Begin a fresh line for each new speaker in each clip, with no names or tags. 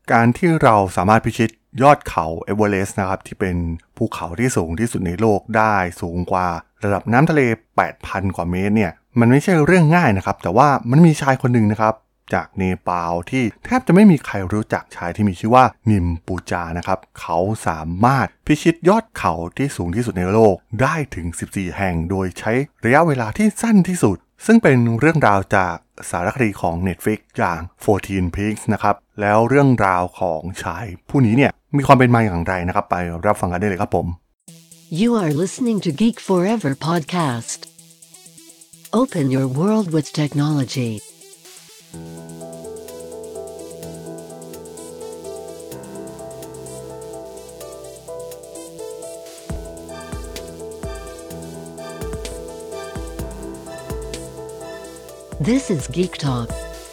การที่เราสามารถพิชิตยอดเขาเอเวอเรสต์นะครับที่เป็นภูเขาที่สูงที่สุดในโลกได้สูงกว่าระดับน้ำทะเล 8,000 กว่าเมตรเนี่ยมันไม่ใช่เรื่องง่ายนะครับแต่ว่ามันมีชายคนหนึ่งนะครับจากเนปาลที่แทบจะไม่มีใครรู้จักชายที่มีชื่อว่านิมปูจานะครับเขาสามารถพิชิตยอดเขาที่สูงที่สุดในโลกได้ถึง 14 แห่งโดยใช้ระยะเวลาที่สั้นที่สุดซึ่งเป็นเรื่องราวจากสารคดีของ Netflix อย่าง 14 Peaks นะครับแล้วเรื่องราวของชายผู้นี้เนี่ยมีความเป็นมาอย่างไรนะครับไปรับฟังกันได้เลยครับผม
You are listening to Geek Forever podcast. Open your world with technology. This is Geek Talk.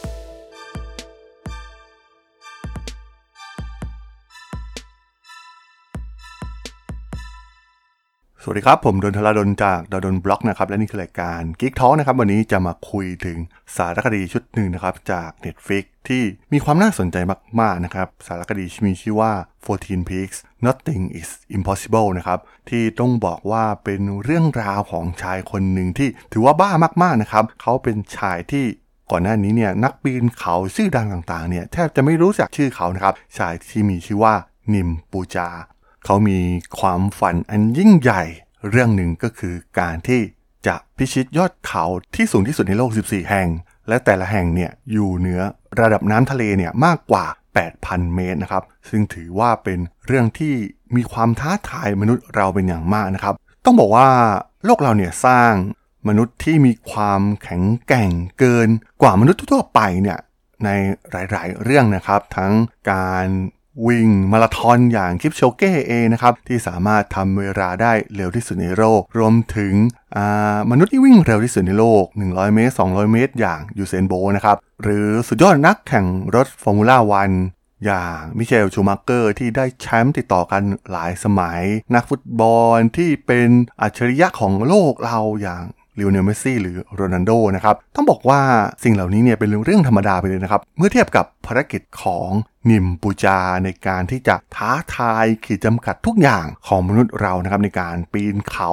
สวัสดีครับผมดนทราดลจากดนบล็อกนะครับและนี่คือรายการ Geek Talk นะครับวันนี้จะมาคุยถึงสารคดีชุดหนึ่งนะครับจาก Netflix ที่มีความน่าสนใจมากๆนะครับสารคดีมีชื่อว่า 14 Peaks Nothing is Impossible นะครับที่ต้องบอกว่าเป็นเรื่องราวของชายคนหนึ่งที่ถือว่าบ้ามากๆนะครับเขาเป็นชายที่ก่อนหน้านี้เนี่ยนักปีนเขาชื่อดังต่างๆเนี่ยแทบจะไม่รู้จักชื่อเขานะครับชายที่มีชื่อว่านิมปูจาเขามีความฝันอันยิ่งใหญ่เรื่องหนึ่งก็คือการที่จะพิชิตยอดเขาที่สูงที่สุดในโลก 14 แห่งและแต่ละแห่งเนี่ยอยู่เหนือระดับน้ำทะเลเนี่ยมากกว่า 8,000 เมตรนะครับซึ่งถือว่าเป็นเรื่องที่มีความท้าทายมนุษย์เราเป็นอย่างมากนะครับต้องบอกว่าโลกเราเนี่ยสร้างมนุษย์ที่มีความแข็งแกร่งเกินกว่ามนุษย์ทั่วไปเนี่ยในหลายๆเรื่องนะครับทั้งการวิ่งมาราธอนอย่างคิปโชเก้เองนะครับที่สามารถทำเวลาได้เร็วที่สุดในโลกรวมถึงมนุษย์ที่วิ่งเร็วที่สุดในโลก100เมตร200เมตรอย่างยูเซนโบล์นะครับหรือสุดยอดนักแข่งรถฟอร์มูล่าวันอย่างมิเชลชูมัคเกอร์ที่ได้แชมป์ติดต่อกันหลายสมัยนักฟุตบอลที่เป็นอัจฉริยะของโลกเราอย่างลิโอเนล เมสซี่หรือโรนัลโดนะครับต้องบอกว่าสิ่งเหล่านี้เนี่ยเป็นเรื่องธรรมดาไปเลยนะครับเมื่อเทียบกับภารกิจของนิมปูจาในการที่จะท้าทายขีดจำกัดทุกอย่างของมนุษย์เรานะครับในการปีนเขา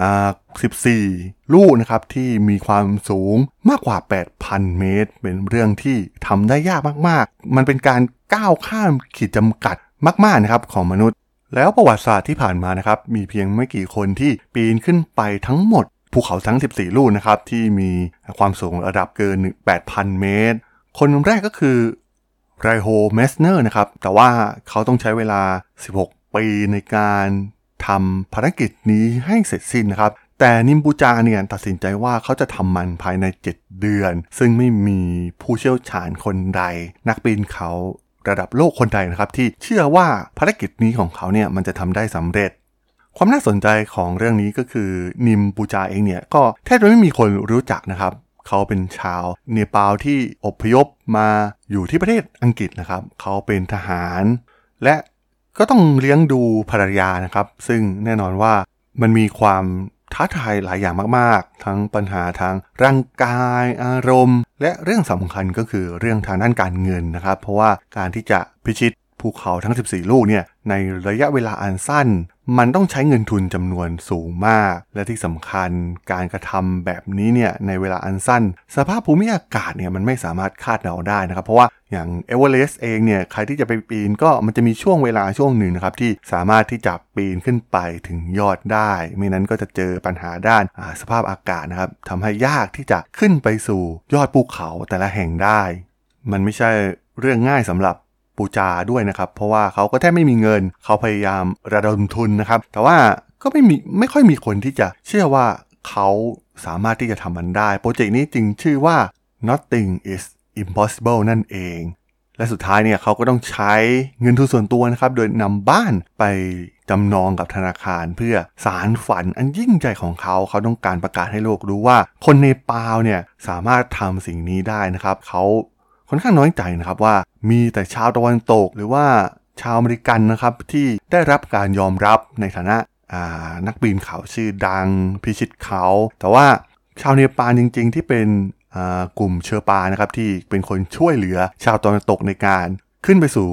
14 ลูกนะครับที่มีความสูงมากกว่า 8,000 เมตรเป็นเรื่องที่ทำได้ยากมากๆมันเป็นการก้าวข้ามขีดจำกัดมากๆนะครับของมนุษย์แล้วประวัติศาสตร์ที่ผ่านมานะครับมีเพียงไม่กี่คนที่ปีนขึ้นไปทั้งหมดภูเขาทั้ง14 ลูกนะครับที่มีความสูงระดับเกิน 8,000 เมตรคนแรกก็คือไรโฮเมสเนอร์นะครับแต่ว่าเขาต้องใช้เวลา16 ปีในการทำภารกิจนี้ให้เสร็จสิ้นนะครับแต่นิมปูจาเนี่ยตัดสินใจว่าเขาจะทำมันภายใน7 เดือนซึ่งไม่มีผู้เชี่ยวชาญคนใดนักปีนเขาระดับโลกคนใดนะครับที่เชื่อว่าภารกิจนี้ของเขาเนี่ยมันจะทำได้สำเร็จความน่าสนใจของเรื่องนี้ก็คือนิมปูจาเองเนี่ยก็แทบจะไม่มีคนรู้จักนะครับเขาเป็นชาวเนปาลที่อพยพมาอยู่ที่ประเทศอังกฤษนะครับเขาเป็นทหารและก็ต้องเลี้ยงดูภรรยานะครับซึ่งแน่นอนว่ามันมีความท้าทายหลายอย่างมากๆทั้งปัญหาทางร่างกายอารมณ์และเรื่องสำคัญก็คือเรื่องทางด้านการเงินนะครับเพราะว่าการที่จะพิชิตภูเขาทั้ง14 ลูกเนี่ยในระยะเวลาอันสั้นมันต้องใช้เงินทุนจำนวนสูงมากและที่สำคัญการกระทำแบบนี้เนี่ยในเวลาอันสั้นสภาพภูมิอากาศเนี่ยมันไม่สามารถคาดเดาได้นะครับเพราะว่าอย่างเอเวอเรสต์เองเนี่ยใครที่จะไปปีนก็มันจะมีช่วงเวลาช่วงหนึ่งนะครับที่สามารถที่จะปีนขึ้นไปถึงยอดได้ไม่นั้นก็จะเจอปัญหาด้านสภาพอากาศนะครับทำให้ยากที่จะขึ้นไปสู่ยอดภูเขาแต่ละแห่งได้มันไม่ใช่เรื่องง่ายสำหรับปูจาด้วยนะครับเพราะว่าเขาก็แทบไม่มีเงินเขาพยายามระดมทุนนะครับแต่ว่าก็ไม่ค่อยมีคนที่จะเชื่อว่าเขาสามารถที่จะทำมันได้โปรเจกต์นี้จึงชื่อว่า Nothing is Impossible นั่นเองและสุดท้ายเนี่ยเขาก็ต้องใช้เงินทุนส่วนตัวนะครับโดยนำบ้านไปจำนองกับธนาคารเพื่อสานฝันอันยิ่งใหญ่ของเขาต้องการประกาศให้โลกรู้ว่าคนเนปาลเนี่ยสามารถทำสิ่งนี้ได้นะครับเขาค่อนข้างน้อยใจนะครับว่ามีแต่ชาวตะวันตกหรือว่าชาวอเมริกันนะครับที่ได้รับการยอมรับในฐานะนักปีนเขาชื่อดังพิชิตเขาแต่ว่าชาวเนปาลจริงๆที่เป็นกลุ่มเชอร์ปานะครับที่เป็นคนช่วยเหลือชาวตะวันตกในการขึ้นไปสู่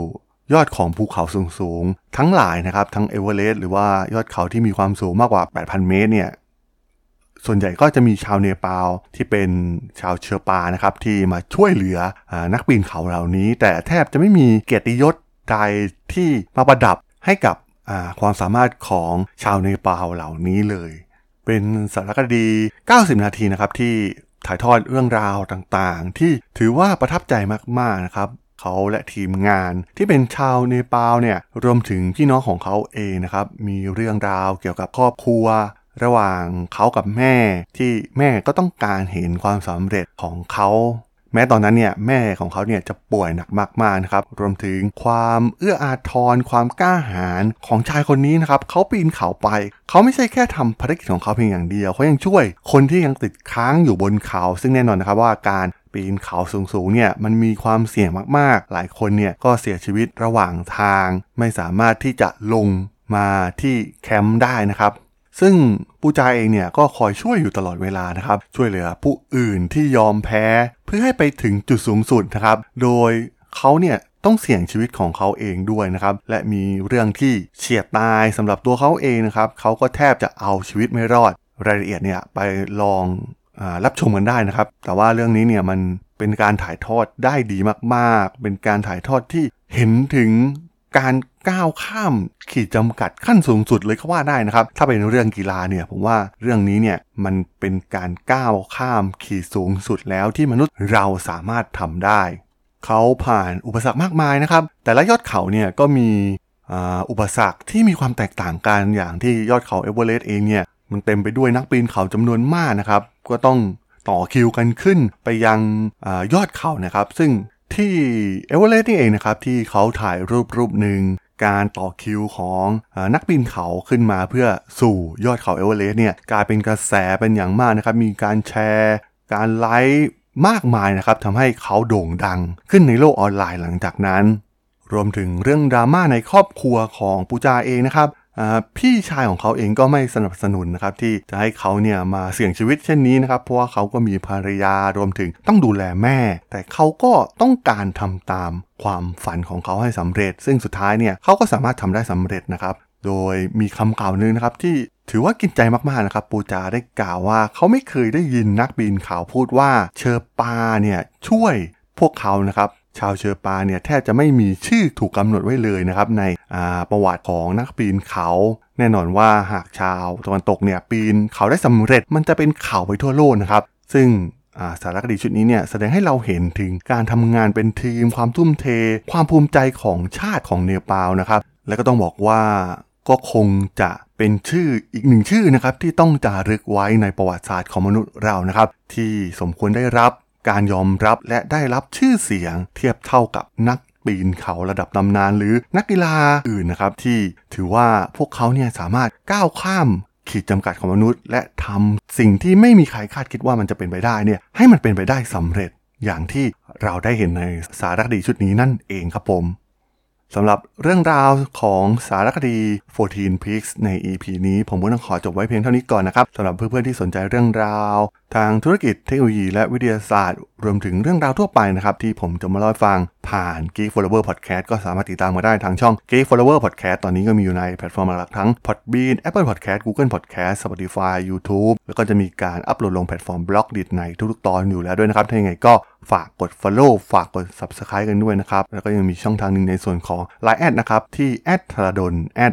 ยอดของภูเขาสูงๆทั้งหลายนะครับทั้งเอเวอเรสต์หรือว่ายอดเขาที่มีความสูงมากกว่า 8,000 เมตรเนี่ยส่วนใหญ่ก็จะมีชาวเนปาลที่เป็นชาวเชอร์ปานะครับที่มาช่วยเหลือนักปีนเขาเหล่านี้แต่แทบจะไม่มีเกียรติยศใดที่มาประดับให้กับความสามารถของชาวเนปาลเหล่านี้เลยเป็นสารคดี90 นาทีนะครับที่ถ่ายทอดเรื่องราวต่างๆที่ถือว่าประทับใจมากๆนะครับเขาและทีมงานที่เป็นชาวเนปาลเนี่ยรวมถึงพี่น้องของเขาเองนะครับมีเรื่องราวเกี่ยวกับครอบครัวระหว่างเขากับแม่ที่แม่ก็ต้องการเห็นความสำเร็จของเขาแม้ตอนนั้นเนี่ยแม่ของเขาเนี่ยจะป่วยหนักมากๆนะครับรวมถึงความเอื้ออาทรความกล้าหาญของชายคนนี้นะครับเขาปีนเขาไปเขาไม่ใช่แค่ทำภารกิจของเขาเพียงอย่างเดียวเขายังช่วยคนที่ยังติดค้างอยู่บนเขาซึ่งแน่นอนนะครับว่าการปีนเขาสูงๆเนี่ยมันมีความเสี่ยงมากๆหลายคนเนี่ยก็เสียชีวิตระหว่างทางไม่สามารถที่จะลงมาที่แคมป์ได้นะครับซึ่งปูจาเองเนี่ยก็คอยช่วยอยู่ตลอดเวลานะครับช่วยเหลือผู้อื่นที่ยอมแพ้เพื่อให้ไปถึงจุดสูงสุดนะครับโดยเขาเนี่ยต้องเสี่ยงชีวิตของเขาเองด้วยนะครับและมีเรื่องที่เฉียดตายสำหรับตัวเขาเองนะครับเขาก็แทบจะเอาชีวิตไม่รอดรายละเอียดเนี่ยไปลองรับชมกันได้นะครับแต่ว่าเรื่องนี้เนี่ยมันเป็นการถ่ายทอดได้ดีมากๆเป็นการถ่ายทอดที่เห็นถึงการก้าวข้ามขีดจำกัดขั้นสูงสุดเลยก็ว่าได้นะครับถ้าเป็นเรื่องกีฬาเนี่ยผมว่าเรื่องนี้เนี่ยมันเป็นการก้าวข้ามขีดสูงสุดแล้วที่มนุษย์เราสามารถทำได้เขาผ่านอุปสรรคมากมายนะครับแต่ละยอดเขาเนี่ยก็มีอุปสรรคที่มีความแตกต่างกันอย่างที่ยอดเขาเอเวอเรสต์เองเนี่ยมันเต็มไปด้วยนักปีนเขาจำนวนมากนะครับก็ต้องต่อคิวกันขึ้นไปยังยอดเขานะครับซึ่งที่เอเวอเรสต์นี่เองนะครับที่เขาถ่ายรูปหนึ่งการต่อคิวของนักปีนเขาขึ้นมาเพื่อสู่ยอดเขาเอเวอเรสต์เนี่ยกลายเป็นกระแสเป็นอย่างมากนะครับมีการแชร์การไลค์มากมายนะครับทำให้เขาโด่งดังขึ้นในโลกออนไลน์หลังจากนั้นรวมถึงเรื่องดราม่าในครอบครัวของปูจาเองนะครับพี่ชายของเขาเองก็ไม่สนับสนุนนะครับที่จะให้เขาเนี่ยมาเสี่ยงชีวิตเช่นนี้นะครับเพราะว่าเขาก็มีภรรยารวมถึงต้องดูแลแม่แต่เขาก็ต้องการทำตามความฝันของเขาให้สำเร็จซึ่งสุดท้ายเนี่ยเขาก็สามารถทำได้สำเร็จนะครับโดยมีคำกล่าวนึงนะครับที่ถือว่ากินใจมากๆนะครับปูจาได้กล่าวว่าเขาไม่เคยได้ยินนักปีนเขาพูดว่าเชอปาเนี่ยช่วยพวกเขานะครับชาวเชอปาเนี่ยแทบจะไม่มีชื่อถูกกำหนดไว้เลยนะครับในประวัติของนักปีนเขาแน่นอนว่าหากชาวตะวันตกเนี่ยปีนเขาได้สำเร็จมันจะเป็นข่าวไปทั่วโลกนะครับซึ่งสารคดีชุดนี้เนี่ยแสดงให้เราเห็นถึงการทำงานเป็นทีมความทุ่มเทความภูมิใจของชาติของเนปาลนะครับและก็ต้องบอกว่าก็คงจะเป็นชื่ออีกหนึ่งชื่อนะครับที่ต้องจารึกไว้ในประวัติศาสตร์ของมนุษย์เรานะครับที่สมควรได้รับการยอมรับและได้รับชื่อเสียงเทียบเท่ากับนักปีนเขาระดับตำนานหรือนักกีฬาอื่นนะครับที่ถือว่าพวกเขาเนี่ยสามารถก้าวข้ามขีดจำกัดของมนุษย์และทำสิ่งที่ไม่มีใครคาดคิดว่ามันจะเป็นไปได้เนี่ยให้มันเป็นไปได้สำเร็จอย่างที่เราได้เห็นในสารคดีชุดนี้นั่นเองครับผมสำหรับเรื่องราวของสารคดี14 Peaks ใน EP นี้ผมก็ต้องขอจบไว้เพียงเท่านี้ก่อนนะครับสำหรับเพื่อนๆที่สนใจเรื่องราวทางธุรกิจเทคโนโลยีและวิทยาศาสตร์รวมถึงเรื่องราวทั่วไปนะครับที่ผมจะมาเล่าให้ฟังผ่าน Geek Flower Podcast ก็สามารถติดตามมาได้ทางช่อง Geek Flower Podcast ตอนนี้ก็มีอยู่ในแพลตฟอร์มหลักทั้ง Podbean Apple Podcast Google Podcast Spotify YouTube แล้วก็จะมีการอัปโหลดลงแพลตฟอร์ม Blogdit ในทุกๆตอนอยู่แล้วด้วยนะครับถ้าอย่างไรก็ฝากกด follow ฝากกด subscribe กันด้วยนะครับแล้วก็ยังมีช่องทางนึงในส่วนของ Line แอดนะครับที่ @thradol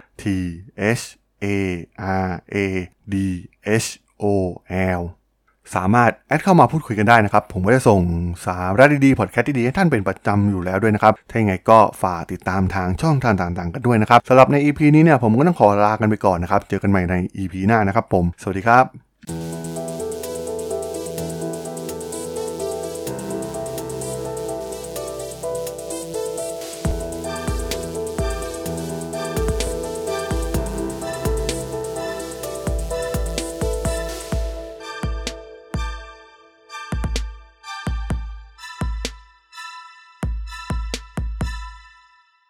@THRADHOL สามารถแอดเข้ามาพูดคุยกันได้นะครับผมก็จะส่งสาระดีๆพอดแคสต์ดีๆให้ท่านเป็นประจำอยู่แล้วด้วยนะครับถ้าอย่างไรก็ฝากติดตามทางช่องทางต่างๆกันด้วยนะครับสำหรับใน EP นี้เนี่ยผมก็ต้องขอลากันไปก่อนนะครับเจอกันใหม่ใน EP หน้านะครับผมสวัสดีครับ